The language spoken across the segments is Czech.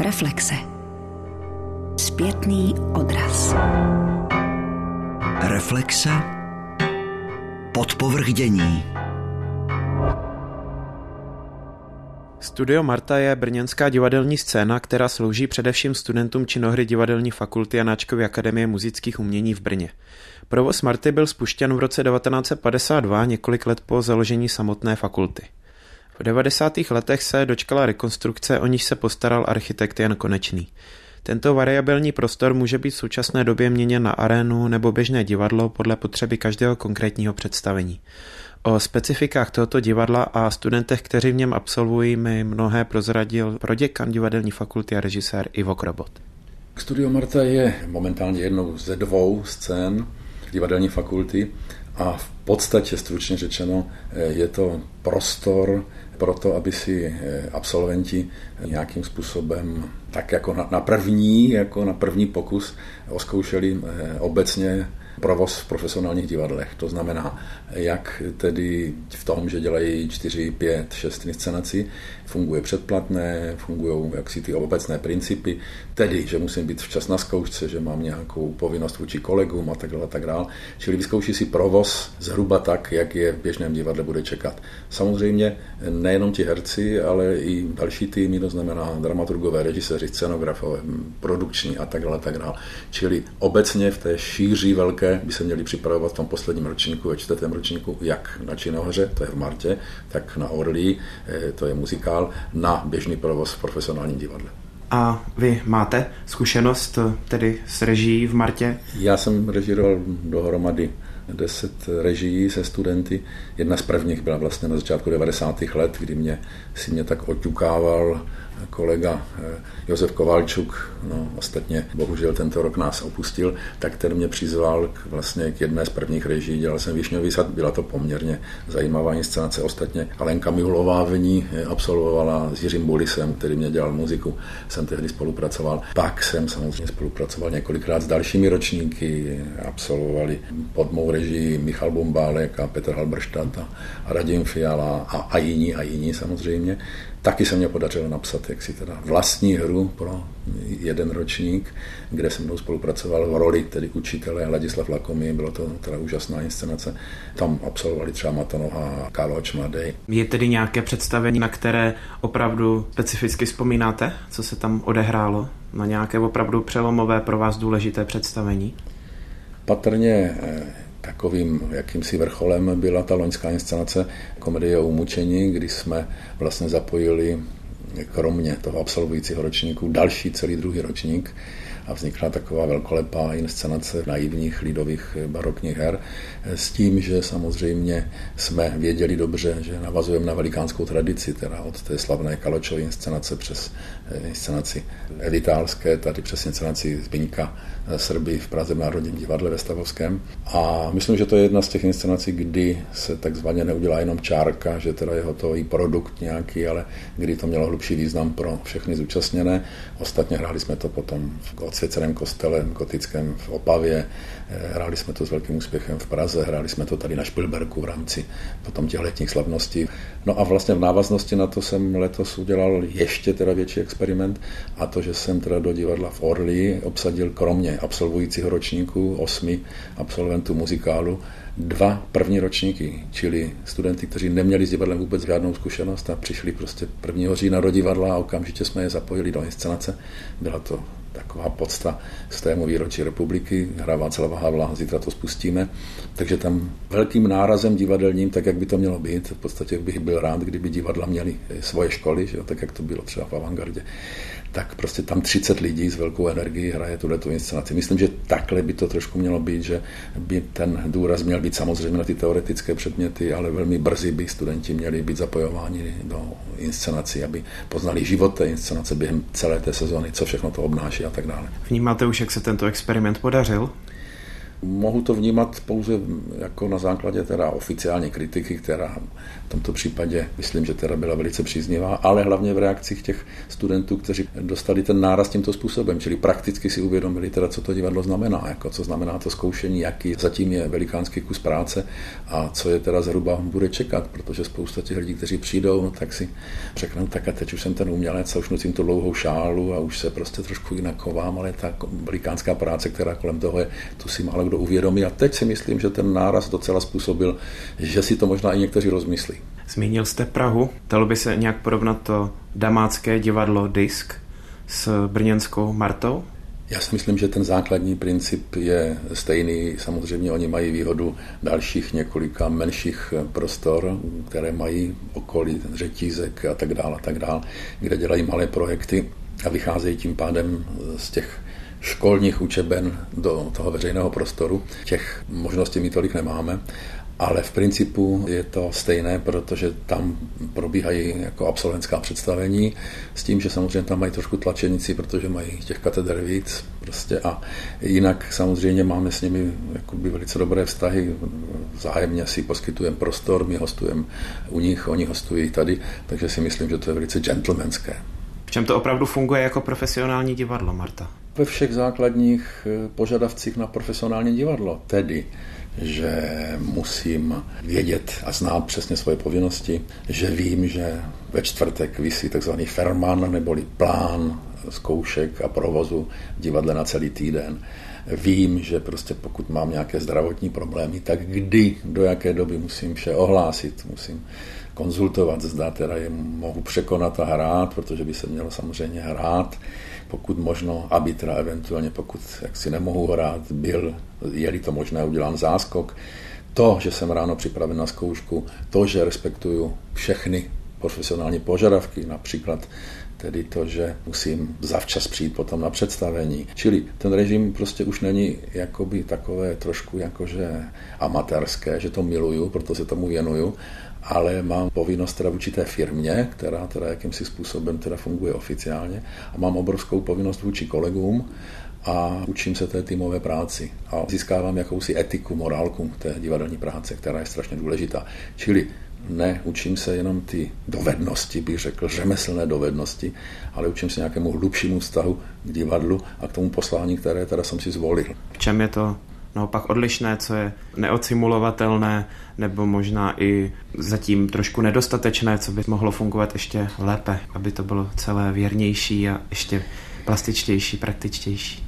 Reflexe. Zpětný odraz. Reflexe. Podpovrch dění. Studio Marta je brněnská divadelní scéna, která slouží především studentům činohry divadelní fakulty Janáčkovy akademie muzických umění v Brně. Provoz Marty byl spuštěn v roce 1952, několik let po založení samotné fakulty. V 90. letech se dočkala rekonstrukce, o níž se postaral architekt Jan Konečný. Tento variabilní prostor může být v současné době měněn na arénu nebo běžné divadlo podle potřeby každého konkrétního představení. O specifikách tohoto divadla a studentech, kteří v něm absolvují, mi mnohé prozradil proděkan divadelní fakulty a režisér Ivo Krobot. Studio Marta je momentálně jednou ze dvou scén divadelní fakulty a v podstatě stručně řečeno je to prostor pro to, aby si absolventi nějakým způsobem tak jako na první pokus oskoušeli obecně provoz v profesionálních divadlech. To znamená, jak tedy v tom, že dělají 4, 5, 6 inscenací, funguje předplatné, fungují jaksi ty obecné principy, tedy, že musím být včas na zkoušce, že mám nějakou povinnost vůči kolegům a tak dále. Čili vyzkouší si provoz zhruba tak, jak je v běžném divadle bude čekat. Samozřejmě nejenom ti herci, ale i další týmy, to znamená dramaturgové, režiséři, scenografové, produkční a tak dále. Čili obecně v té šíři velké by se měli připravovat v tom posledním ročníku, ve 4. ročníku, jak na činohře, to je v Martě, tak na Orlí, to je muzikál, na běžný provoz v profesionálním divadle. A vy máte zkušenost tedy s režií v Martě? Já jsem režíroval dohromady 10 režií se studenty. Jedna z prvních byla vlastně na začátku 90. let, kdy si mě tak oťukával kolega Josef Kovalčuk, ostatně bohužel tento rok nás opustil, tak ten mě přizval k jedné z prvních režií. Dělal jsem Višňový sad, byla to poměrně zajímavá inscenace. Ostatně Alenka Mihulová v ní absolvovala s Jiřím Bulisem, který mě dělal muziku, jsem tehdy spolupracoval. Pak jsem samozřejmě spolupracoval několikrát s dalšími ročníky, absolvovali pod mou režii Michal Bombálek a Petr Halberstadt a Radim Fiala a jiní samozřejmě. Taky se mě podařilo napsat vlastní hru pro jeden ročník, kde se mnou spolupracoval v roli tedy učitele Ladislav Lakomý, bylo to teda úžasná inscenace. Tam absolvovali třeba Matonoha a Kálo Ačmadej. Je tedy nějaké představení, na které opravdu specificky vzpomínáte, co se tam odehrálo? Na nějaké opravdu přelomové pro vás důležité představení? Patrně takovým jakýmsi vrcholem byla ta loňská inscenace Komedie o umučení, kdy jsme vlastně zapojili kromě toho absolvujícího ročníku další celý druhý ročník a vznikla taková velkolepá inscenace naivních lidových barokních her s tím, že samozřejmě jsme věděli dobře, že navazujeme na velikánskou tradici, teda od té slavné Kaločovy inscenace přes inscenaci Evitálské, tady přes inscenaci Zbyňka Srby v Praze v Národním divadle ve Stavovském. A myslím, že to je jedna z těch inscenací, kdy se takzvaně neudělá jenom čárka, že teda je hotový produkt nějaký, ale kdy to mělo hlubší význam pro všechny zúčastněné. Ostatně hráli jsme to potom v odsvěceném kostele gotickém v Opavě, hráli jsme to s velkým úspěchem v Praze, hráli jsme to tady na Špilberku v rámci potom těch letních slavností. No a vlastně v návaznosti na to jsem letos udělal ještě teda větší experiment a to, že jsem teda do divadla v Orlí obsadil kromě absolvujícího ročníku 8 absolventů muzikálu 2 první ročníky, čili studenty, kteří neměli s divadlem vůbec žádnou zkušenost a přišli prostě 1. října do divadla a okamžitě jsme je zapojili do inscenace. Byla to taková podsta z tému výročí republiky, hra Václava Havla, zítra to spustíme. Takže tam velkým nárazem divadelním, tak jak by to mělo být, v podstatě bych byl rád, kdyby divadla měli svoje školy, že jo, tak jak to bylo třeba v Avantgardě, tak prostě tam 30 lidí s velkou energií hraje tuhletu inscenaci. Myslím, že takhle by to trošku mělo být, že by ten důraz měl být samozřejmě na ty teoretické předměty, ale velmi brzy by studenti měli být zapojováni do inscenací, aby poznali život té inscenace během celé té sezóny, co všechno to obnáší a tak dále. Vnímáte už, jak se tento experiment podařil? Mohu to vnímat pouze jako na základě teda oficiální kritiky, která v tomto případě myslím, že teda byla velice příznivá, ale hlavně v reakcích těch studentů, kteří dostali ten náraz tímto způsobem, čili prakticky si uvědomili teda, co to divadlo znamená, jako co znamená to zkoušení, jaký zatím je velikánský kus práce a co je teda zhruba bude čekat, protože spousta těch lidí, kteří přijdou, no, tak si řeknou, tak a teď už jsem ten umělec a už nosím tu dlouhou šálu a už se prostě trošku jinak chovám, ale ta velikánská práce, která kolem toho je, tu si málo kdo uvědomí. A teď si myslím, že ten náraz docela způsobil, že si to možná i někteří rozmyslí. Zmínil jste Prahu. Dalo by se nějak porovnat to damácké divadlo Disk s brněnskou Martou? Já si myslím, že ten základní princip je stejný. Samozřejmě oni mají výhodu dalších několika menších prostor, které mají okolí, řetízek a tak dále, kde dělají malé projekty a vycházejí tím pádem z těch školních učeben do toho veřejného prostoru. Těch možností my tolik nemáme, ale v principu je to stejné, protože tam probíhají jako absolventská představení s tím, že samozřejmě tam mají trošku tlačenici, protože mají těch kateder víc prostě a jinak samozřejmě máme s nimi jakoby velice dobré vztahy, vzájemně si poskytujeme prostor, my hostujeme u nich, oni hostují tady, takže si myslím, že to je velice gentlemanské. V čem to opravdu funguje jako profesionální divadlo, Marta? Ve všech základních požadavcích na profesionální divadlo, tedy že musím vědět a znát přesně svoje povinnosti, že vím, že ve čtvrtek visí takzvaný ferman neboli plán zkoušek a provozu v divadle na celý týden. Vím, že prostě pokud mám nějaké zdravotní problémy, tak kdy, do jaké doby musím vše ohlásit, musím konzultovat, zda teda je mohu překonat a hrát, protože by se mělo samozřejmě hrát, pokud možno, aby teda eventuálně, pokud jaksi nemohu hrát, je-li to možné, udělám záskok. To, že jsem ráno připraven na zkoušku, to, že respektuju všechny profesionální požadavky, například tedy to, že musím zavčas přijít potom na představení. Čili ten režim prostě už není jakoby takové trošku jakože amatérské, že to miluju, proto se tomu věnuju, ale mám povinnost teda vůči té firmě, která teda jakýmsi způsobem teda funguje oficiálně a mám obrovskou povinnost vůči kolegům a učím se té týmové práci a získávám jakousi etiku, morálku té divadelní práce, která je strašně důležitá. Čili učím se jenom ty dovednosti, bych řekl, řemeslné dovednosti, ale učím se nějakému hlubšímu vztahu k divadlu a k tomu poslání, které teda jsem si zvolil. V čem je to naopak odlišné, co je neodsimulovatelné, nebo možná i zatím trošku nedostatečné, co by mohlo fungovat ještě lépe, aby to bylo celé věrnější a ještě plastičtější, praktičtější?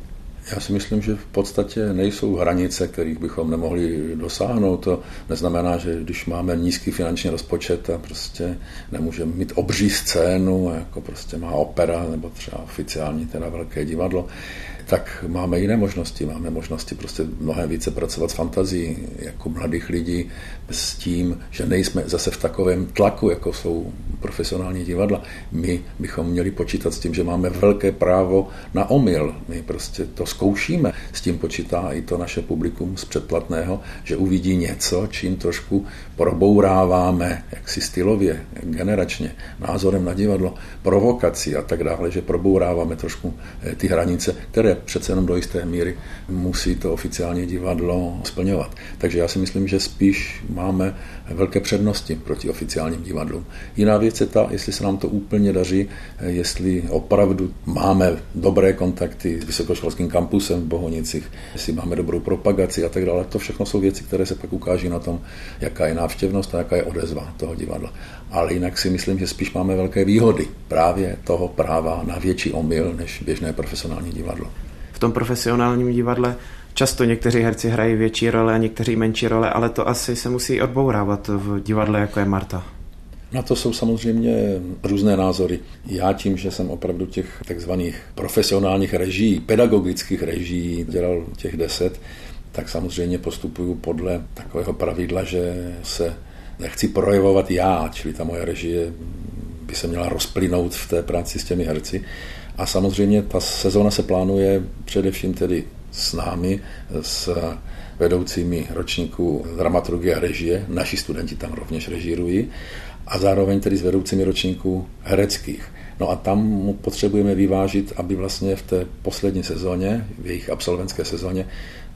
Já si myslím, že v podstatě nejsou hranice, kterých bychom nemohli dosáhnout. To neznamená, že když máme nízký finanční rozpočet a prostě nemůžeme mít obří scénu, jako prostě má opera nebo třeba oficiální teda velké divadlo, tak máme jiné možnosti. Máme možnosti prostě mnohem více pracovat s fantazií jako mladých lidí s tím, že nejsme zase v takovém tlaku, jako jsou profesionální divadla. My bychom měli počítat s tím, že máme velké právo na omyl. My prostě to zkoušíme. S tím počítá i to naše publikum z předplatného, že uvidí něco, čím trošku probouráváme, jaksi stylově, generačně, názorem na divadlo, provokací a tak dále, že probouráváme trošku ty hranice, které přece jenom do jisté míry musí to oficiální divadlo splňovat. Takže já si myslím, že spíš máme velké přednosti proti oficiálním divadlům. Jiná věc je ta, jestli se nám to úplně daří, jestli opravdu máme dobré kontakty s vysokoškolským kampusem v Bohonicích, jestli máme dobrou propagaci a tak dále. To všechno jsou věci, které se pak ukáží na tom, jaká je návštěvnost a jaká je odezva toho divadla. Ale jinak si myslím, že spíš máme velké výhody právě toho práva na větší omyl než běžné profesionální divadlo. V tom profesionálním divadle často někteří herci hrají větší role a někteří menší role, ale to asi se musí odbourávat v divadle, jako je Marta. Na to jsou samozřejmě různé názory. Já tím, že jsem opravdu těch takzvaných profesionálních režií, pedagogických režií dělal těch 10, tak samozřejmě postupuju podle takového pravidla, že se nechci projevovat já, čili ta moje režie by se měla rozplynout v té práci s těmi herci. A samozřejmě ta sezóna se plánuje především tedy s námi, s vedoucími ročníků dramaturgie a režie, naši studenti tam rovněž režírují, a zároveň tedy s vedoucími ročníků hereckých. No a tam potřebujeme vyvážit, aby vlastně v té poslední sezóně, v jejich absolventské sezóně,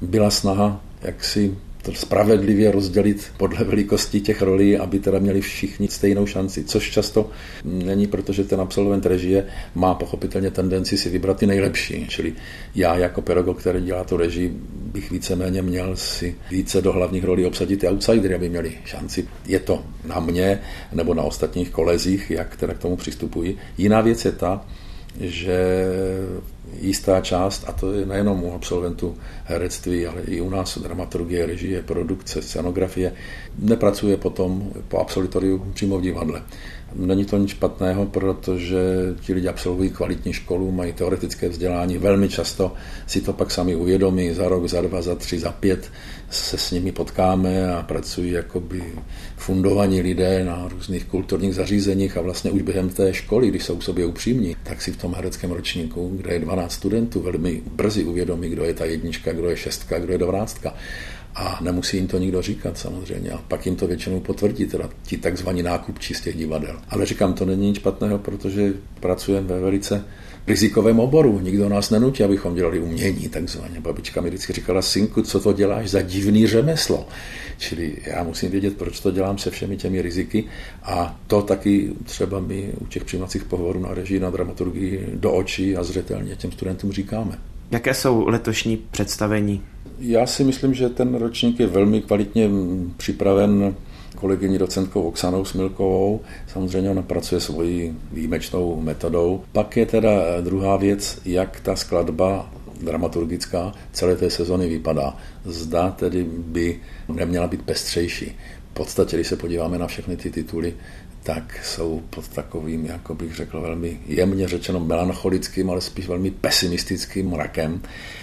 byla snaha, jak si to spravedlivě rozdělit podle velikosti těch rolí, aby teda měli všichni stejnou šanci, což často není, protože ten absolvent režie má pochopitelně tendenci si vybrat ty nejlepší. Čili já jako pedagog, který dělá tu režii, bych víceméně měl si více do hlavních rolí obsadit ty outsidery, aby měli šanci. Je to na mě nebo na ostatních kolezích, jak teda k tomu přistupují. Jiná věc je ta, že jistá část, a to je nejenom u absolventů herectví, ale i u nás dramaturgie, režie, produkce, scenografie, nepracuje potom po absolutoriu přímo v divadle. Není to nic špatného, protože ti lidi absolvují kvalitní školu, mají teoretické vzdělání, velmi často si to pak sami uvědomí, za rok, za 2, za 3, za 5 se s nimi potkáme a pracují jakoby fundovaní lidé na různých kulturních zařízeních a vlastně už během té školy, když jsou k sobě upřímní, tak si v tom hereckém ročníku, kde je 12 studentů, velmi brzy uvědomí, kdo je ta jednička, kdo je šestka, kdo je 12. A nemusí jim to nikdo říkat samozřejmě. A pak jim to většinou potvrdí, teda ti takzvaní nákupčí z těch divadel. Ale říkám, to není nic špatného, protože pracujeme ve velice rizikovém oboru. Nikdo nás nenutí, abychom dělali umění, takzvaně. Babička mi vždycky říkala, synku, co to děláš za divný řemeslo? Čili já musím vědět, proč to dělám se všemi těmi riziky. A to taky třeba my u těch přijímacích pohovorů na režii, na dramaturgii do očí a zřetelně těm studentům říkáme. Jaké jsou letošní představení? Já si myslím, že ten ročník je velmi kvalitně připraven kolegyní docentkou Oksanou Smilkovou. Samozřejmě ona pracuje svojí výjimečnou metodou. Pak je teda druhá věc, jak ta skladba dramaturgická celé té sezony vypadá. Zda tedy by neměla být pestřejší. V podstatě, když se podíváme na všechny ty tituly, tak jsou pod takovým, jako bych řekl, velmi jemně řečeno melancholickým, ale spíš velmi pesimistickým mrakem.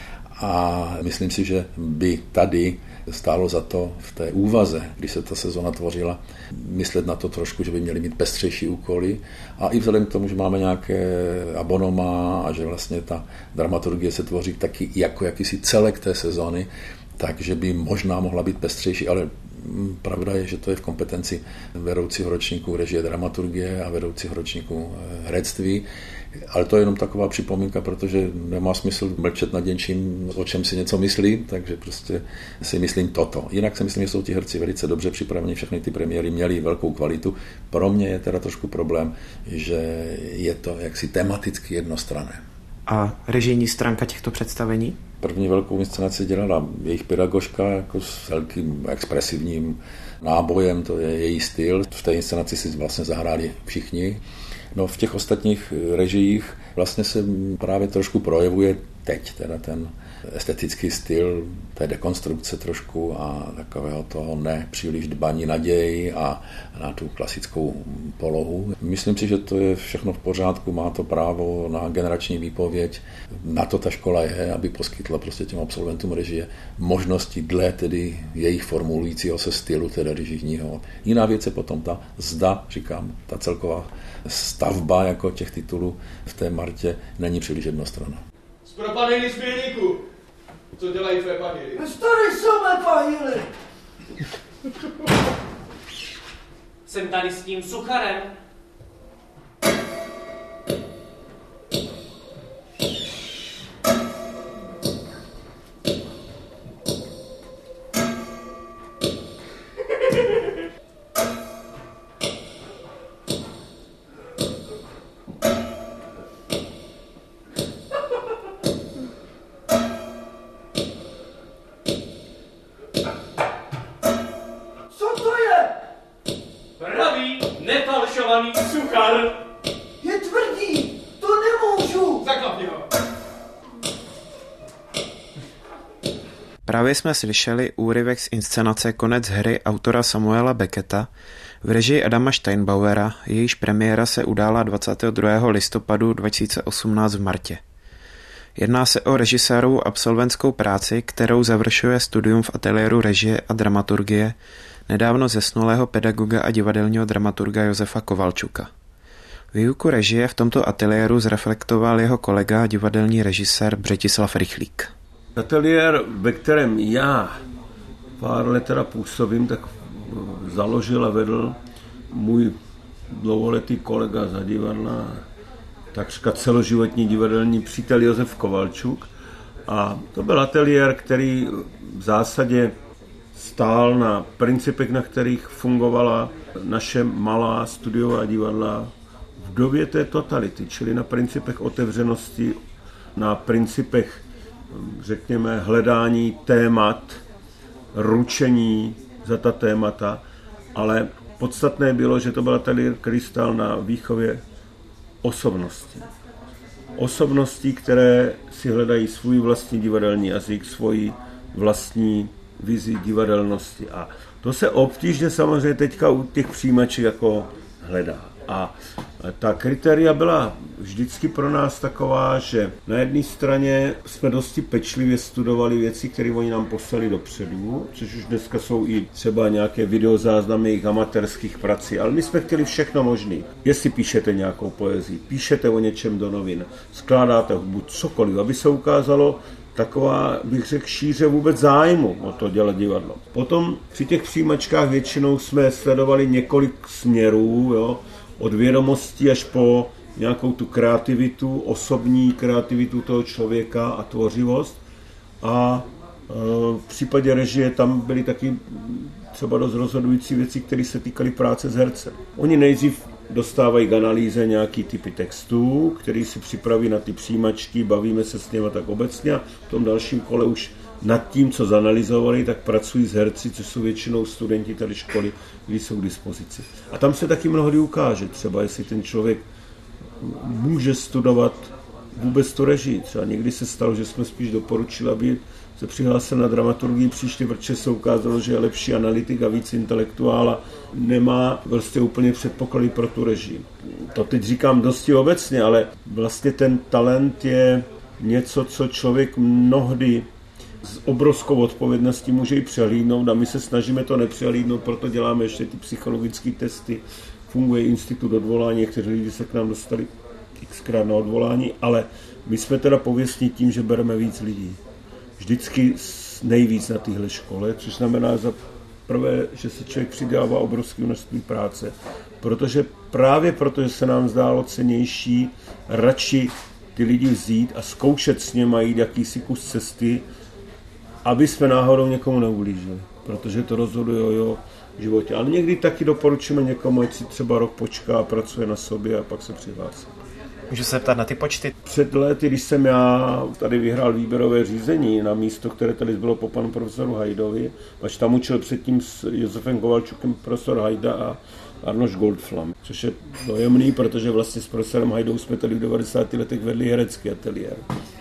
A myslím si, že by tady stálo za to v té úvaze, když se ta sezona tvořila, myslet na to trošku, že by měli mít pestřejší úkoly. A i vzhledem k tomu, že máme nějaké abonoma a že vlastně ta dramaturgie se tvoří taky jako jakýsi celek té sezony, takže by možná mohla být pestřejší, ale pravda je, že to je v kompetenci vedoucího ročníku režie dramaturgie a vedoucího ročníku herectví. Ale to je jenom taková připomínka, protože nemá smysl mlčet nad něčím, o čem si něco myslí, takže prostě si myslím toto. Jinak si myslím, že jsou ti herci velice dobře připraveni, všechny ty premiéry měly velkou kvalitu. Pro mě je teda trošku problém, že je to jaksi tematicky jednostranné. A režijní stránka těchto představení? První velkou inscenaci dělala jejich pedagožka jako s velkým expresivním nábojem, to je její styl. V té inscenaci si vlastně zahráli všichni. No v těch ostatních režiích vlastně se právě trošku projevuje teď teda ten estetický styl té dekonstrukce trošku a takového toho nepříliš dbaní naději a na tu klasickou polohu. Myslím si, že to je všechno v pořádku, má to právo na generační výpověď. Na to ta škola je, aby poskytla prostě těm absolventům režie možnosti dle tedy jejich formulujícího se stylu, teda režijního. Jiná věc je potom ta zda, říkám, ta celková stavba jako těch titulů v té Martě není příliš jednostranná. Pro panely směrníku. Co dělají tvé panely? Tady jsou mé panely. Jsem tady s tím sucharem. Nefalšovaný suchar. Je tvrdý, to nemůžu. Zaklapni ho. Právě jsme slyšeli úryvek z inscenace Konec hry autora Samuela Becketa v režii Adama Steinbauera, jejíž premiéra se udála 22. listopadu 2018 v Martě. Jedná se o režisérovu absolventskou práci, kterou završuje studium v ateliéru režie a dramaturgie nedávno zesnulého pedagoga a divadelního dramaturga Josefa Kovalčuka. Výuku režie v tomto ateliéru zreflektoval jeho kolega divadelní režisér Břetislav Rychlík. Ateliér, ve kterém já pár let teda působím, tak založil a vedl můj dlouholetý kolega za divadla, takřka celoživotní divadelní přítel Josef Kovalčuk. A to byl ateliér, který v zásadě stál na principech, na kterých fungovala naše malá studiová divadla v době té totality, čili na principech otevřenosti, na principech, řekněme, hledání témat, ručení za ta témata, ale podstatné bylo, že to byl ateliér, který stál na výchově osobností. Osobností, které si hledají svůj vlastní divadelní jazyk, svoji vlastní vizi divadelnosti. A to se obtížně samozřejmě teďka u těch přijímačů jako hledá. A ta kritéria byla vždycky pro nás taková, že na jedné straně jsme dosti pečlivě studovali věci, které oni nám poslali dopředu, což už dneska jsou i třeba nějaké videozáznamy jejich amatérských prací, ale my jsme chtěli všechno možné. Jestli píšete nějakou poezii, píšete o něčem do novin, skládáte hudbu, cokoliv, aby se ukázalo taková, bych řekl, šíře vůbec zájmu o to dělat divadlo. Potom při těch přijímačkách většinou jsme sledovali několik směrů, jo, od vědomostí až po nějakou tu kreativitu, osobní kreativitu toho člověka a tvořivost. A v případě režie tam byly taky třeba dost rozhodující věci, které se týkaly práce s hercem. Oni nejdřív dostávají k analýze nějaký typy textů, který si připraví na ty přijímačky, bavíme se s nimi tak obecně a v tom dalším kole už nad tím, co zanalyzovali, tak pracují s herci, což jsou většinou studenti tady školy, kdy jsou k dispozici. A tam se taky mnohdy ukáže, třeba jestli ten člověk může studovat vůbec tu režii. Třeba někdy se stalo, že jsme spíš doporučili, aby se přihlásil na dramaturgii příště, protože se ukázalo, že je lepší analytik a víc intelektuál a nemá vlastně úplně předpoklady pro tu režii. To teď říkám dosti obecně, ale vlastně ten talent je něco, co člověk mnohdy s obrovskou odpovědností může i přehlídnout a my se snažíme to nepřehlídnout, proto děláme ještě ty psychologické testy. Funguje institut odvolání, někteří lidi se k nám dostali xkrát na odvolání, ale my jsme teda pověstní tím, že bereme víc lidí. Vždycky nejvíc na téhle škole, což znamená za prvé, že se člověk přidává obrovské množství práce, protože právě proto, že se nám zdálo cennější radši ty lidi vzít a zkoušet s něma jít jakýsi kus cesty, aby jsme náhodou někomu neublížili, protože to rozhoduje o jeho životě. Ale někdy taky doporučíme někomu, ať si třeba rok počká, pracuje na sobě a pak se přihlásí. Můžu se ptát na ty počty? Před lety, když jsem já tady vyhrál výběrové řízení na místo, které tady bylo po panu profesoru Hajdovi, až tam učil předtím s Josefem Kovalčukem profesor Hajda a Arnoš Goldflam, což je dojemný, protože vlastně s profesorem Hajdou jsme tady v 90. letech vedli herecký ateliér.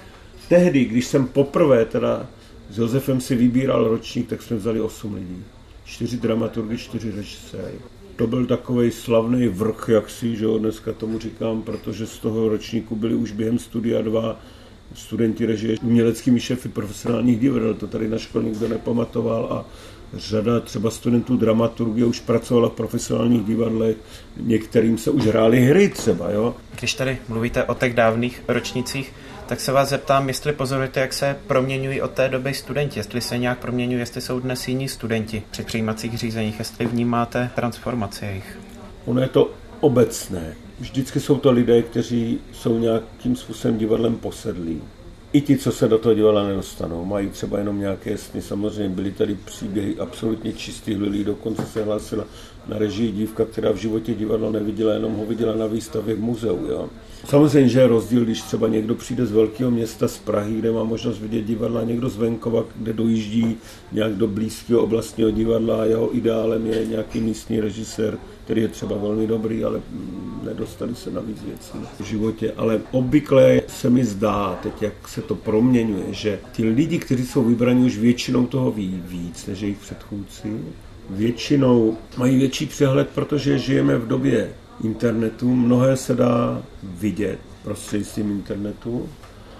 Tehdy, když jsem poprvé teda s Josefem si vybíral ročník, tak jsme vzali 8 lidí. 4 dramaturgy, 4 režiséry. To byl takovej slavný vrch, jaksi, že jo, dneska tomu říkám, protože z toho ročníku byli už během studia 2 studenti režie uměleckými šéfy profesionálních divadel. To tady na škole nikdo nepamatoval a řada třeba studentů dramaturgie už pracovala v profesionálních divadlech, některým se už hrály hry třeba, jo. Když tady mluvíte o těch dávných ročnících, tak se vás zeptám, jestli pozorujete, jak se proměňují od té doby studenti, jestli se nějak proměňují, jestli jsou dnes jiní studenti při přijímacích řízeních, jestli vnímáte transformaci jejich. Ono je to obecné. Vždycky jsou to lidé, kteří jsou nějakým způsobem divadlem posedlí. I ti, co se do toho divadla nedostanou, mají třeba jenom nějaké sny. Samozřejmě byly tady příběhy absolutně čistých lidí, dokonce se hlásila na režii dívka, která v životě divadlo neviděla, jenom ho viděla na výstavě v muzeu. Jo. Samozřejmě, že je rozdíl, když třeba někdo přijde z velkého města, z Prahy, kde má možnost vidět divadla, někdo z venkova, kde dojíždí nějak do blízkého oblastního divadla a jeho ideálem je nějaký místní režisér, který je třeba velmi dobrý, ale nedostali se na víc věcí v životě. Ale obvykle se mi zdá, teď jak se to proměňuje, že ti lidi, kteří jsou vybraní, už většinou toho ví víc než jejich předchůdci. Většinou mají větší přehled, protože žijeme v době internetu, mnohé se dá vidět prostřednictvím internetu.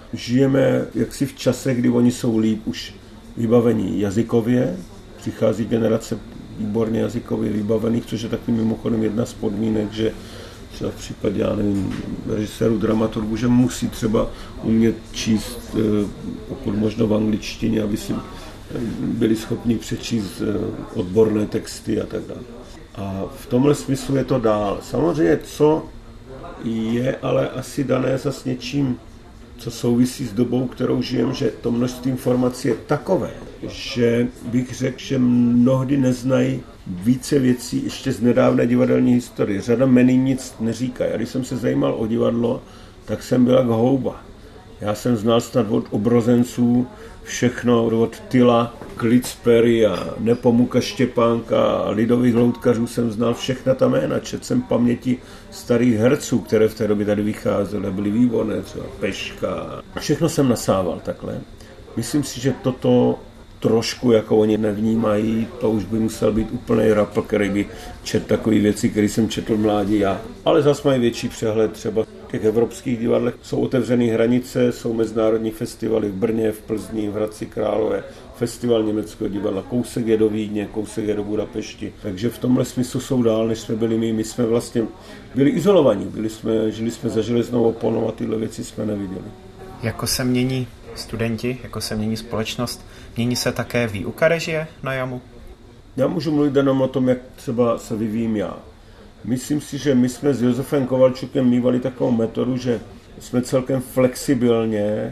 Žijeme jaksi v časech, kdy oni jsou líp už vybavení jazykově, přichází generace výborně jazykově vybavených, což je taky mimochodem jedna z podmínek, že třeba v případě, já nevím, režisérů, dramaturgů, že musí třeba umět číst, pokud možno v angličtině, aby si byli schopni přečíst odborné texty a tak dále. A v tomhle smyslu je to dál. Samozřejmě, co je ale asi dané zas něčím co souvisí s dobou, kterou žijeme, že to množství informací je takové, že bych řekl, že mnohdy neznají více věcí ještě z nedávné divadelní historie. Řada jmen nic neříká. Já když jsem se zajímal o divadlo, tak jsem byl jak houba. Já jsem znal snad od obrozenců všechno, od Tyla, Klitspery a Nepomuka Štěpánka a lidových loutkařů jsem znal všechna ta jména. Četl jsem paměti starých herců, které v té době tady vycházely, byly výborné, třeba Peška. Všechno jsem nasával takhle. Myslím si, že toto trošku, jako oni nevnímají, to už by musel být úplný rapl, který by četl takové věci, které jsem četl v mládí já. Ale zase mají větší přehled, třeba v těch evropských divadlech jsou otevřené hranice, jsou mezinárodní festivaly v Brně, v Plzni, v Hradci Králové, festival německého divadla, kousek je do Vídně, kousek je do Budapešti. Takže v tomhle smyslu jsou dál, než jsme byli my. My jsme vlastně byli izolovaní, žili jsme za železnou oponou a tyhle věci jsme neviděli. Jako se mění studenti, jako se mění společnost, mění se také výuka režie na JAMu? Já můžu mluvit jenom o tom, jak třeba se vyvím já. Myslím si, že my jsme s Josefem Kovalčukem mívali takovou metodu, že jsme celkem flexibilně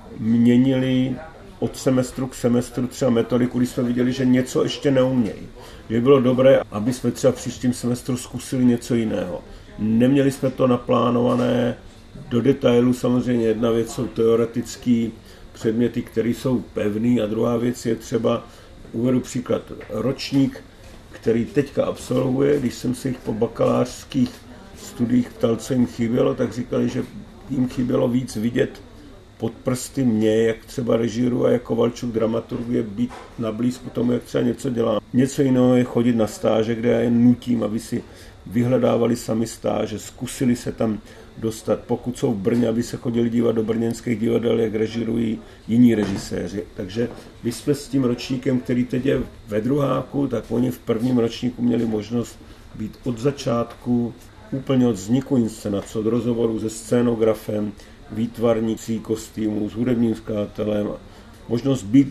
měnili od semestru k semestru třeba metodiku, když jsme viděli, že něco ještě neumějí. Že bylo dobré, aby jsme třeba v příštím semestru zkusili něco jiného. Neměli jsme to naplánované do detailu, samozřejmě jedna věc jsou teoretické předměty, které jsou pevný a druhá věc je třeba, uvedu příklad, ročník, který teďka absolvuje, když jsem se jich po bakalářských studiích ptal, co jim chybělo, tak říkali, že jim chybělo víc vidět pod prsty mě, jak třeba režíru a jako Kovalčuk dramaturgie být na blízku tomu, jak třeba něco dělá. Něco jiného je chodit na stáže, kde já jen nutím, aby si vyhledávali sami stáže, zkusili se tam dostat, pokud jsou v Brně, aby se chodili dívat do brněnských divadel, jak režírují jiní režiséři. Takže my jsme s tím ročníkem, který teď je ve druháku, tak oni v prvním ročníku měli možnost být od začátku, úplně od vzniku inscenace, od rozhovoru se scénografem, výtvarnící kostýmů, s hudebním skladatelem, možnost být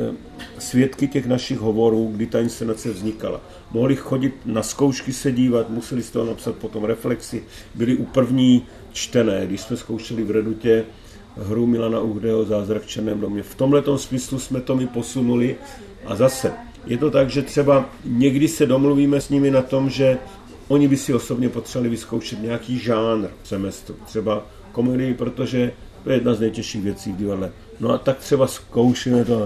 svědky těch našich hovorů, kdy ta inscenace vznikala. Mohli chodit na zkoušky se dívat, museli z toho napsat potom reflexy, byli u první čtené, když jsme zkoušeli v Redutě hru Milana Uhdeho Zázrak v černém domě. V tomhletom smyslu jsme to my posunuli a zase je to tak, že třeba někdy se domluvíme s nimi na tom, že oni by si osobně potřebovali vyzkoušet nějaký žánr v semestru, třeba komedii, protože to je jedna z nejtěžších věcí v divadle. No a tak třeba zkoušíme to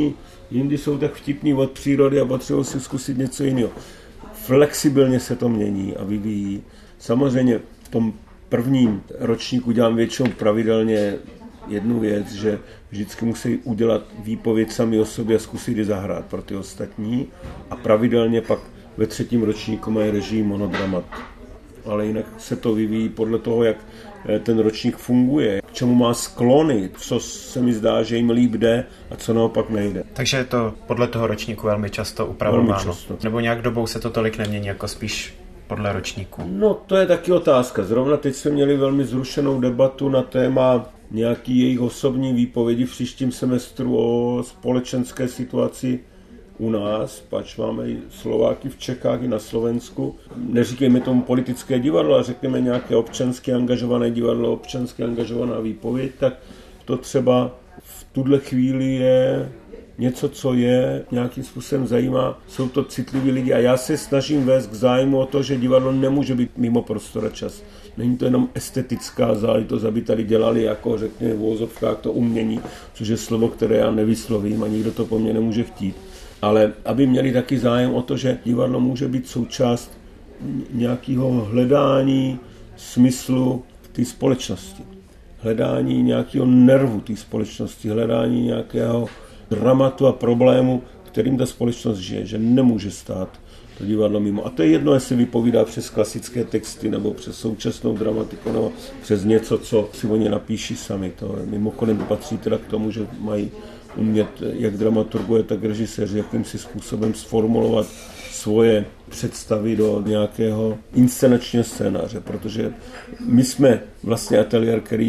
jindy jsou tak vtipní od přírody a potřebují si zkusit něco jiného. Flexibilně se to mění a vyvíjí. Samozřejmě v tom prvním ročníku dělám většinou pravidelně jednu věc, že vždycky musí udělat výpověď sami o sobě a zkusit ji zahrát pro ty ostatní a pravidelně pak ve třetím ročníku mají režii monodramat. Ale jinak se to vyvíjí podle toho, jak ten ročník funguje, k čemu má sklony, co se mi zdá, že jim líp jde a co naopak nejde. Takže je to podle toho ročníku velmi často upravováno. Nebo nějak dobou se to tolik nemění, jako spíš podle ročníku? No to je taky otázka. Zrovna teď jsme měli velmi zrušenou debatu na téma nějaký jejich osobní výpovědi v příštím semestru o společenské situaci u nás, pač máme i Slováky v Čechách i na Slovensku. Neříkejme tomu politické divadlo, ale řekněme nějaké občansky angažované divadlo, občansky angažovaná výpověď, tak to třeba v tuhle chvíli je něco, co je nějakým způsobem zajímá. Jsou to citliví lidi a já se snažím vést k zájmu o to, že divadlo nemůže být mimo prostor a čas. Není to jenom estetická záležitost, aby tady dělali jako řekněme v uvozovkách to umění, což je slovo, které já nevyslovím a nikdo to po mně nemůže chtít. Ale aby měli taky zájem o to, že divadlo může být součást nějakého hledání smyslu té společnosti. Hledání nějakého nervu té společnosti, hledání nějakého dramatu a problému, kterým ta společnost žije, že nemůže stát to divadlo mimo. A to je jedno, jestli vypovídá přes klasické texty, nebo přes současnou dramatiku, nebo přes něco, co si oni napíší sami. To mimochodem patří teda k tomu, že mají umět jak dramaturgové, tak režiséři, jakýmsi způsobem sformulovat svoje představy do nějakého inscenačního scénáře, protože my jsme vlastně ateliér, který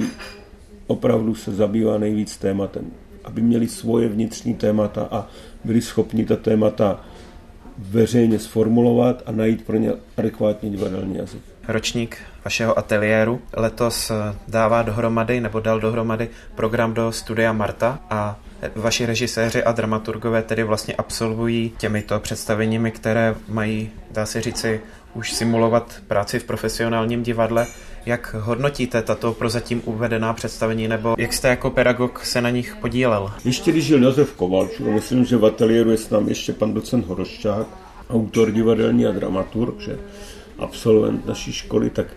opravdu se zabývá nejvíc tématem, aby měli svoje vnitřní témata a byli schopni ta témata veřejně sformulovat a najít pro ně adekvátní divadelní jazyk. ročník vašeho ateliéru letos dává dohromady, nebo dal dohromady program do Studia Marta a vaši režiséři a dramaturgové tedy vlastně absolvují těmito představeními, které mají, dá se říci, už simulovat práci v profesionálním divadle. Jak hodnotíte tato prozatím uvedená představení, nebo jak jste jako pedagog se na nich podílel? Ještě když žil Josef Kovalčuk, myslím, že v ateliéru je s námi ještě pan docent Horoščák, autor divadelní a dramaturg, že absolvent naší školy, tak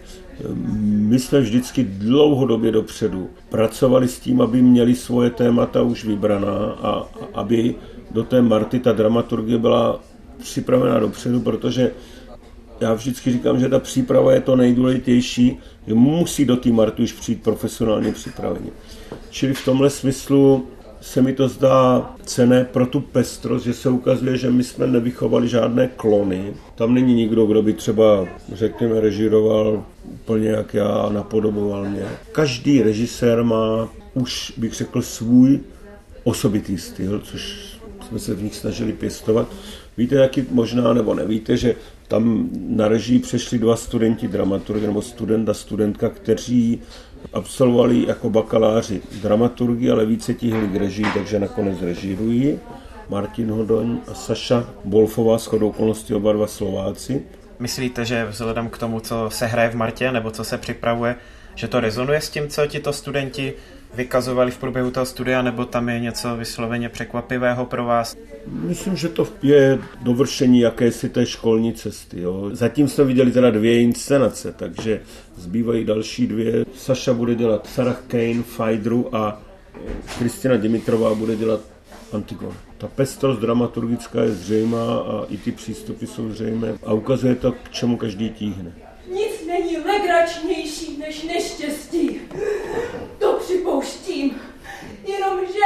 my jsme vždycky dlouhodobě dopředu pracovali s tím, aby měli svoje témata už vybraná a aby do té Marty ta dramaturgie byla připravená dopředu, protože já vždycky říkám, že ta příprava je to nejdůležitější, že musí do té Marty už přijít profesionálně připraveni. Čili v tomhle smyslu se mi to zdá cenné pro tu pestrost, že se ukazuje, že my jsme nevychovali žádné klony. Tam není nikdo, kdo by třeba, řekněme, režíroval úplně jak já a napodoboval mě. Každý režisér má už, bych řekl, svůj osobitý styl, což jsme se v nich snažili pěstovat. Víte, jaký možná, nebo nevíte, že tam na režii přešli 2 studenti dramaturgie, nebo student a studentka, kteří absolvovali jako bakaláři dramaturgii, ale více tíhli k režii, takže nakonec režírují. Martin Hodoň a Saša Bolfová, shodou okolností oba 2 Slováci. Myslíte, že vzhledem k tomu, co se hraje v Martě, nebo co se připravuje, že to rezonuje s tím, co tito studenti vykazovali v průběhu toho studia, nebo tam je něco vysloveně překvapivého pro vás? Myslím, že to je dovršení jakési té školní cesty. Jo. Zatím jsme viděli teda 2 inscenace, takže zbývají další 2. Saša bude dělat Sarah Kane, Fajdru a Kristina Dimitrová bude dělat Antigonu. Ta pestrost dramaturgická je zřejmá a i ty přístupy jsou zřejmé a ukazuje to, k čemu každý tíhne. Nic není legračnější než neštěstí. To připouštím. Jenomže...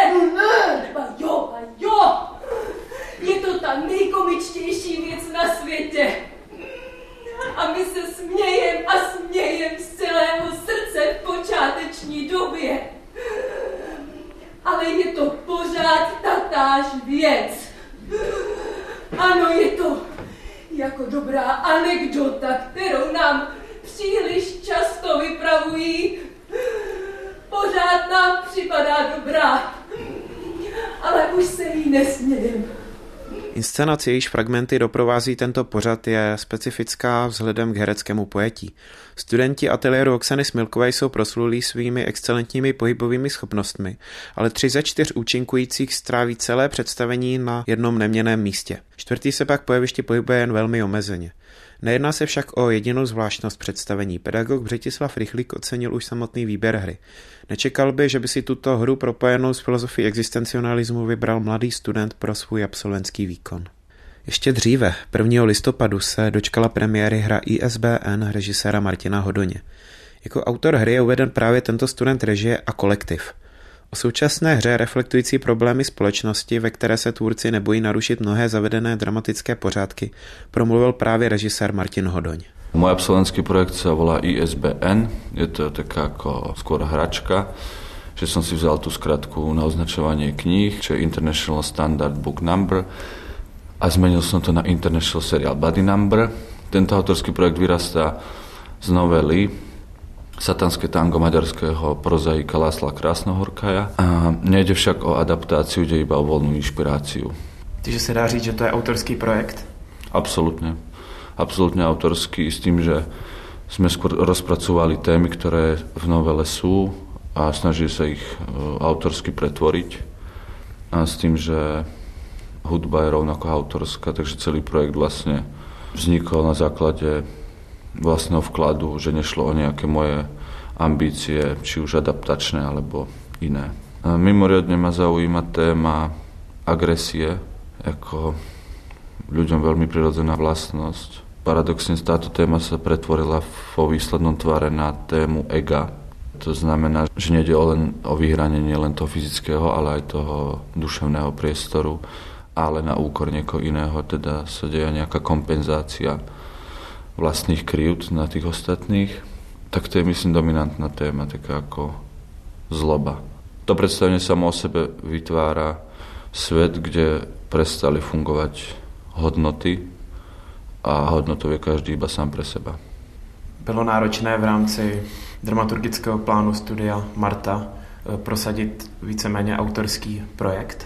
A jo. Je to ta nejkomičtější věc na světě. A my se smějem z celého srdce v počáteční době. Ale je to pořád tatáž věc. Ano, je to jako dobrá anekdota, kterou nám příliš často vypravují. Pořád nám připadá dobrá, ale už se jí nesmějem. Inscenace, jejíž fragmenty doprovází tento pořad, je specifická vzhledem k hereckému pojetí. Studenti ateliéru Oksany Smilkové jsou proslulí svými excelentními pohybovými schopnostmi, ale 3 ze 4 účinkujících stráví celé představení na jednom neměnném místě. 4. se pak po jevišti pohybuje jen velmi omezeně. Nejedná se však o jedinou zvláštnost představení. Pedagog Břetislav Rychlík ocenil už samotný výběr hry. Nečekal by, že by si tuto hru propojenou s filozofií existencionalismu vybral mladý student pro svůj absolventský výkon. Ještě dříve, 1. listopadu, se dočkala premiéry hra ISBN režiséra Martina Hodoně. Jako autor hry je uveden právě tento student režie a kolektiv. O současné hře reflektující problémy společnosti, ve které se tvůrci nebojí narušit mnohé zavedené dramatické pořádky, promluvil právě režisér Martin Hodoň. Môj absolventský projekt sa volá ISBN, je to taká ako skôr hračka, že som si vzal tú skratku na označovanie kníh, čo je International Standard Book Number a zmenil som to na International Serial Body Number. Tento autorský projekt vyrastá z novely Satanské tango maďarského prozaika Lásla Krásnohorkaja. A nejde však o adaptáciu, ide iba o voľnú inšpiráciu. Takže se dá říct, že to je autorský projekt? Absolútne. Absolútne autorský, s tým, že sme skôr rozpracovali témy, ktoré v novele sú a snažili sa ich autorsky pretvoriť. A s tým, že hudba je rovnako autorská, takže celý projekt vlastne vznikol na základe vlastného vkladu, že nešlo o nejaké moje ambície, či už adaptačné, alebo iné. A mimoriadne ma zaujíma téma agresie, ako ľuďom veľmi prirodzená vlastnosť. Paradoxne táto téma sa pretvorila vo výslednom tvare na tému ega. To znamená, že nejde len o vyhranenie len toho fyzického, ale aj toho duševného priestoru, ale na úkor niekoho iného, teda sa deje nejaká kompenzácia vlastných krivd na tých ostatných. Tak to je, myslím, dominantná téma, taká ako zloba. To predstavenie samo o sebe vytvára svet, kde prestali fungovať hodnoty a hodnotou je každý iba sám pre seba. bylo náročné v rámci dramaturgického plánu studia Marta prosadit víceméně autorský projekt?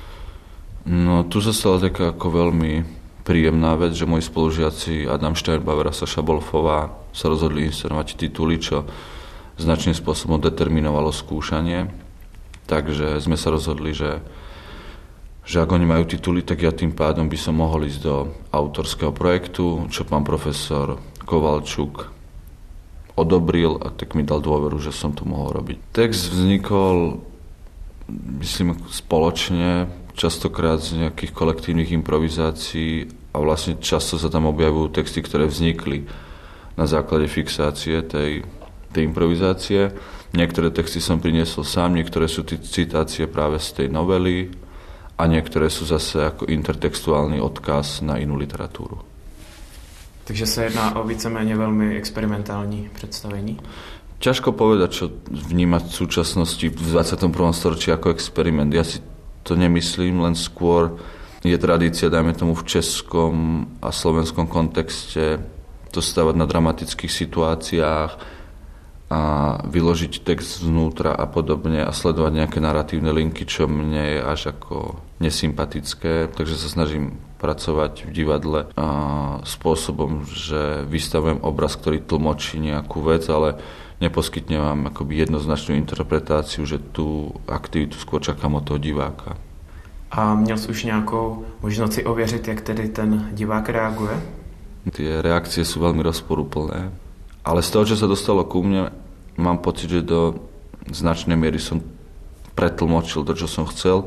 No, tu sa stala taká ako veľmi príjemná vec, že moji spolužiaci Adam Steinbauer a Saša Bolfová sa rozhodli inscenovať tituly, čo značným spôsobom determinovalo skúšanie. Takže sme sa rozhodli, že ak oni majú tituly, tak ja tým pádom by som mohol ísť do autorského projektu, čo pán profesor Kovalčuk odobril a tak mi dal dôveru, že som to mohol robiť. Text vznikol, myslím, spoločne, častokrát z nejakých kolektívnych improvizácií a vlastne často sa tam objavujú texty, ktoré vznikli na základe fixácie tej improvizácie. Niektoré texty som priniesol sám, niektoré sú citácie práve z tej novely a niektoré sú zase ako intertextuálny odkaz na inú literatúru. Takže se jedná o víceméně velmi experimentální představení? Ťažko povedať, čo vnímať v súčasnosti v 21. storočí ako experiment. Ja si to nemyslím, len skôr je tradícia, dajme tomu v českom a slovenskom kontexte, to stavať na dramatických situáciách a vyložiť text znútra a podobne a sledovať nejaké narratívne linky, čo mne je až ako nesympatické. Takže sa snažím pracovať v divadle spôsobom, že vystavujem obraz, ktorý tlmočí nejakú vec, ale neposkytne vám akoby jednoznačnú interpretáciu, že tú aktivitu skôr čakám od toho diváka. A měl jsi už nějakou možnost si ověřit, jak tedy ten divák reaguje? Tie reakcie sú veľmi rozporuplné, ale z toho, čo sa dostalo ku mne, mám pocit, že do značnej miery som pretlmočil to, čo som chcel,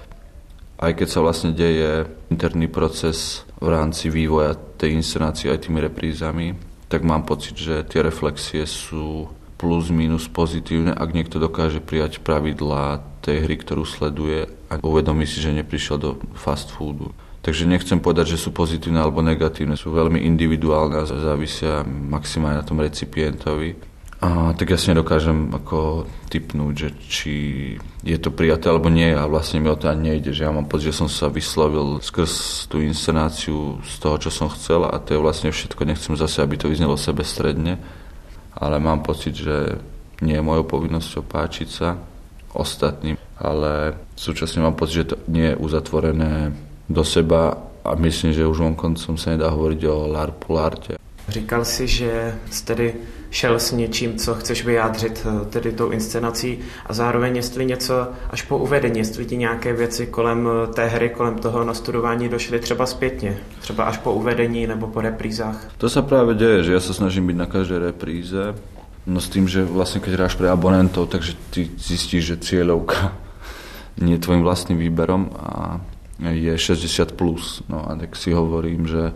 aj keď sa vlastne deje interný proces v rámci vývoja tej inscenácie aj tými reprízami, tak mám pocit, že tie reflexie sú plus minus pozitívne, ak niekto dokáže prijať pravidlá tej hry, ktorú sleduje a uvedomí si, že neprišiel do fast foodu. Takže nechcem povedať, že sú pozitívne alebo negatívne, sú veľmi individuálne a závisia maximálne na tom recipientovi. A tak jasne dokážem ako tipnúť, že či je to prijaté alebo nie a vlastne mi o to ani nejde, že ja mám pocit, že som sa vyslovil skrz tú inscenáciu z toho, čo som chcel a to je vlastne všetko. Nechcem zase, aby to vyznelo sebestredne, ale mám pocit, že nie je mojou povinnosťou páčiť sa ostatným, ale súčasne mám pocit, že to nie je uzatvorené do seba a myslím, že už vonkoncom sa nedá hovoriť o larpulárte. Říkal si, že jsi tedy šel s něčím, co chceš vyjádřit, tedy tou inscenací a zároveň jestli něco až po uvedení, jestli ti nějaké věci kolem té hry, kolem toho nastudování došly třeba zpětně, třeba až po uvedení nebo po reprízách. To sa práve deje, že ja sa snažím byť na každej repríze, no s tým, že vlastne keď hráš pre abonentov, takže ty zistíš, že cieľovka nie je tvojim vlastným výberom a je 60+. No a tak si hovorím, že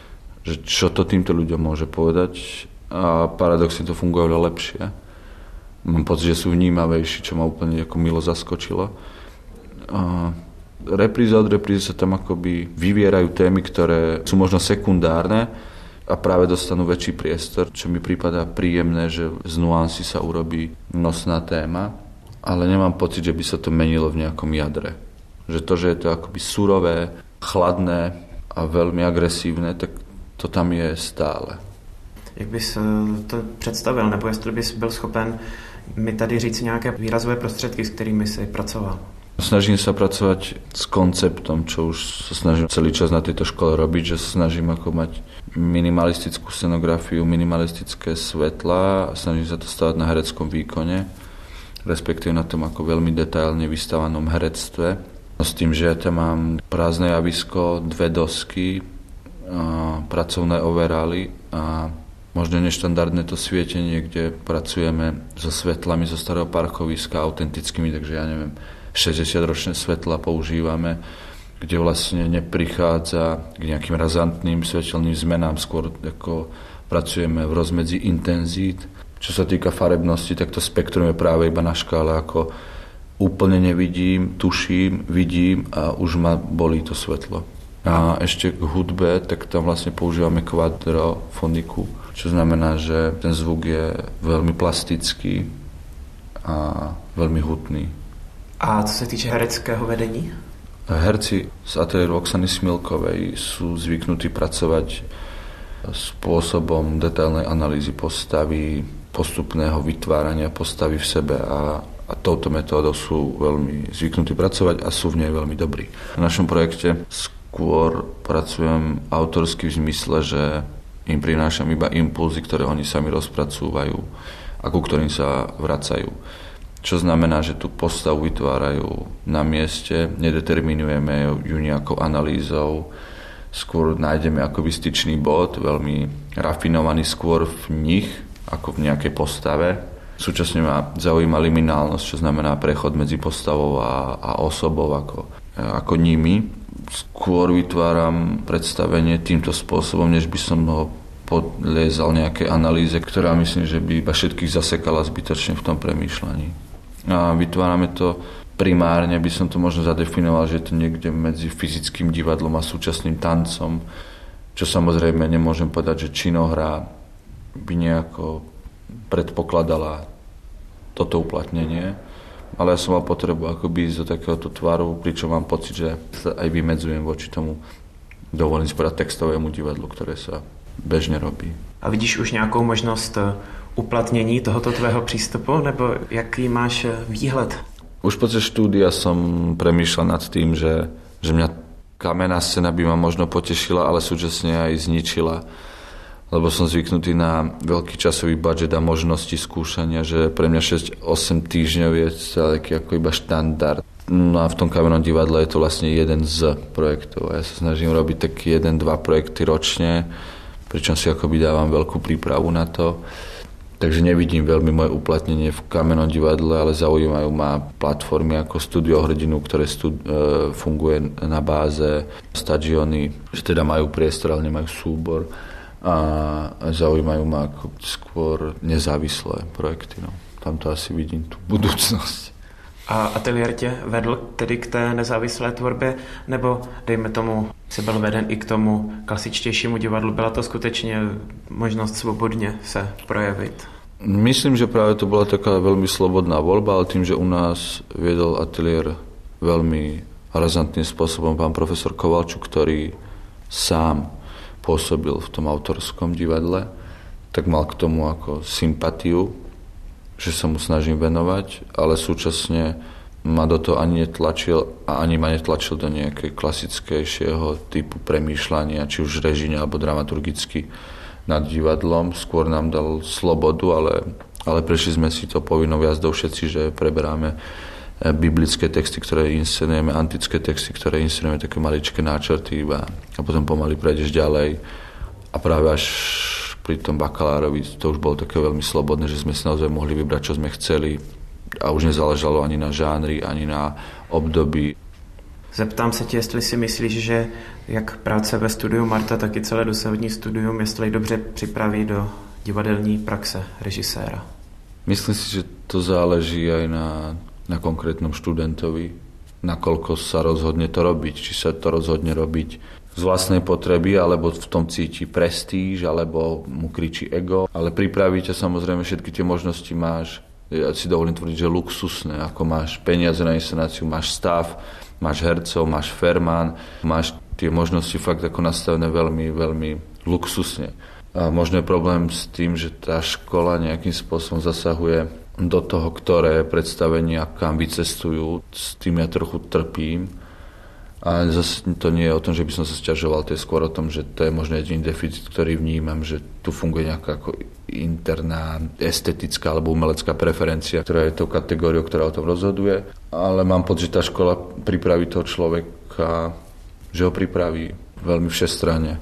čo to týmto ľuďom môže povedať a paradoxne to funguje oveľa lepšie. Mám pocit, že sú vnímavejší, čo ma úplne ako milo zaskočilo. Repríza od reprízy sa tam akoby vyvierajú témy, ktoré sú možno sekundárne a práve dostanú väčší priestor, čo mi prípada príjemné, že z nuancy sa urobí nosná téma, ale nemám pocit, že by sa to menilo v nejakom jadre. Že to, že je to akoby surové, chladné a veľmi agresívne, tak to tam je stále. Jak bys to představil, nebo jestli bys byl schopen mi tady říct nějaké výrazové prostředky, s kterými jsi pracoval? Snažím sa pracovať s konceptom, čo už sa snažím celý čas na tejto škole robiť, že sa snažím ako mať minimalistickú scenografiu, minimalistické svetla a snažím sa to stavať na hereckom výkone, respektíve na tom ako veľmi detailne vystavanom herectve. S tým, že ja tam mám prázdne javisko, 2 dosky, pracovné overály a možno neštandardné to svietenie, kde pracujeme so svetlami zo starého parkoviska autentickými, takže ja neviem, 60-ročné svetla používame, kde vlastne neprichádza k nejakým razantným svetelným zmenám, skôr ako pracujeme v rozmedzi intenzít. Čo sa týka farebnosti, tak to spektrum je práve iba na škále, ako úplne nevidím, tuším, vidím a už ma bolí to svetlo. A ešte k hudbe, tak tam vlastne používame kvadrofoniku, čo znamená, že ten zvuk je veľmi plastický a veľmi hutný. A co se týče hereckého vedení? Herci z ateliéru Oksany Smilkovej sú zvyknutí pracovať spôsobom detailnej analýzy postavy, postupného vytvárania postavy v sebe a touto metódou sú veľmi zvyknutí pracovať a sú v nej veľmi dobrí. Na našom projekte skôr pracujem autorsky v zmysle, že im prinášam iba impulzy, ktoré oni sami rozpracúvajú a ku ktorým sa vracajú. Čo znamená, že tú postavu vytvárajú na mieste, nedeterminujeme ju nejakou analýzou, skôr nájdeme akoby styčný bod, veľmi rafinovaný skôr v nich, ako v nejakej postave. Súčasne ma zaujíma liminálnosť, čo znamená prechod medzi postavou a osobou ako nimi. Skôr vytváram predstavenie týmto spôsobom, než by som ho podliezal nejakej analýze, ktorá myslím, že by iba všetkých zasekala zbytočne v tom premýšľaní. A vytvárame to primárne, by som to možno zadefinoval, že je to niekde medzi fyzickým divadlom a súčasným tancom, čo samozrejme nemôžem povedať, že činohra by nejako predpokladala toto uplatnenie, ale ja som mal potrebu akoby ísť do takéhoto tvaru, pričom mám pocit, že sa aj vymedzujem voči tomu, dovolím spovedať, textovému divadlu, ktoré sa bežne robí. A vidíš už nějakou možnost uplatnění tohoto tvého přístupu, nebo jaký máš výhled? Už počas štúdia som premýšľal nad tým, že mňa kamenná scéna by ma možno potešila, ale súčasne aj zničila. Lebo som zvyknutý na veľký časový budget a možnosti skúšania, že pre mňa 6-8 týždňov je taký ako iba štandard. No a v tom kamennom divadle je to vlastne jeden z projektov. A ja sa snažím robiť tak 1-2 projekty ročne, pričom si akoby dávam veľkú prípravu na to. Takže nevidím veľmi moje uplatnenie v kamennom divadle, ale zaujímajú ma platformy ako Studio Hrdinu, ktoré funguje na báze stadiony, že teda majú priestor, ale nemajú súbor. A zaujímajú ma ako skôr nezávislé projekty. No. Tam to asi vidím tú budúcnosť. A ateliér tě vedl tedy k té nezávislé tvorbě, nebo dejme tomu, jsi byl veden i k tomu klasičtějšímu divadlu? Byla to skutečně možnost svobodně se projevit? Myslím, že práve to bola taká veľmi slobodná voľba, ale tým, že u nás viedol ateliér veľmi razantným spôsobom pán profesor Kovalčuk, ktorý sám pôsobil v tom autorskom divadle, tak mal k tomu ako sympatiu, že sa mu snažím venovať, ale súčasne ma do toho ani netlačil a ani ma netlačil do nejakej klasickejšieho typu premýšľania, či už režijne alebo dramaturgicky nad divadlom. Skôr nám dal slobodu, ale prešli sme si to povinnou jazdou všetci, že preberáme biblické texty, ktoré inscenujeme, antické texty, ktoré inscenujeme, také maličké náčrty iba a potom pomaly prejdeš ďalej a práve až pri tom bakalárovi to už bolo také veľmi slobodné, že sme si naozaj mohli vybrať, čo sme chceli a už nezáležalo ani na žánry, ani na období. Zeptám se tě, jestli si myslíš, že jak práce ve studiu Marta, tak i celé dosavadní studium, jestli dobře připraví do divadelní praxe režiséra. Myslím si, že to záleží aj na konkrétnom študentovi, nakoľko sa rozhodne to robiť. Či sa to rozhodne robiť z vlastnej potreby, alebo v tom cíti prestíž, alebo mu kričí ego. Ale pripraví ťa samozrejme, všetky tie možnosti máš, ja si dovolím tvrdiť, že luxusné, ako máš peniaze na inscenáciu, máš stav, máš hercov, máš fermán, máš tie možnosti fakt ako nastavené veľmi, veľmi luxusne. A možno je problém s tým, že tá škola nejakým spôsobom zasahuje do toho, ktoré predstavenia kam vycestujú. S tým ja trochu trpím. A zase to nie je o tom, že by som sa sťažoval, to je skôr o tom, že to je možno jediný deficit, ktorý vnímam, že tu funguje nejaká ako interná estetická alebo umelecká preferencia, ktorá je tou kategóriou, ktorá o tom rozhoduje. Ale mám pocit, že tá škola pripraví toho človeka, že ho pripraví veľmi všestranne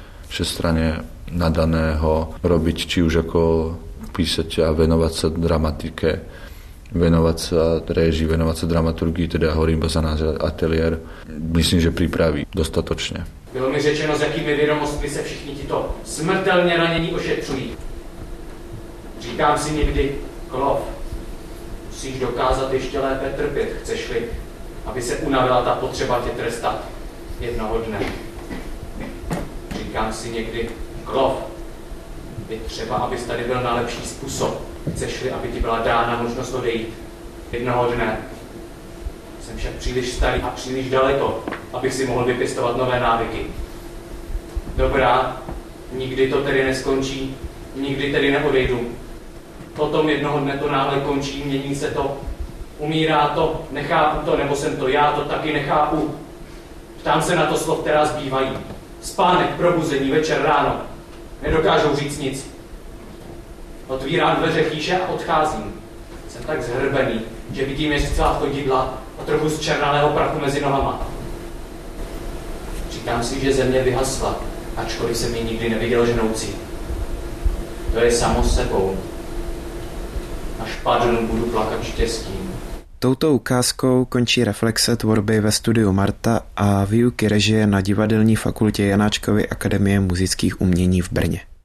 nadaného robiť, či už ako písať a venovať sa dramatike, venovať sa réžii, venovať sa dramaturgii, teda hovorím za náš ateliér. Myslím, že připraví dostatočně. Bylo mi řečeno, s jakými vědomostmi se všichni tito smrtelně ranění ošetřují. Říkám si někdy, Klov, musíš dokázat ještě lépe trpět, chceš-li, aby se unavila ta potřeba tě trestat jednoho dne. Říkám si někdy, Klov, je třeba, abys tady byl na lepší způsob. Chceš-li, aby ti byla dána možnost odejít jednoho dne. Jsem však příliš starý a příliš daleko, abych si mohl vypěstovat nové návyky. Dobrá, Nikdy to tedy neskončí, nikdy tedy neodejdu. Potom jednoho dne to náhle končí, mění se to, umírá to, nechápu to, nebo jsem to já, to taky nechápu. Ptám se na to slov, která zbývají. Spánek, probuzení, večer, ráno. Nedokážou říct nic. Otvírám dveře chýše a odcházím. Jsem tak zhrbený, že vidím jen celá chodidla a trochu z černalého prachu mezi nohama. Říkám si, že země vyhasla, ačkoliv jsem ji nikdy neviděl žnoucí. To je samo sebou. Až padnu, budu plakat štěstím. Touto ukázkou končí reflexe tvorby ve studiu Marta a výuky režie na Divadelní fakultě Janáčkovy akademie muzických umění v Brně.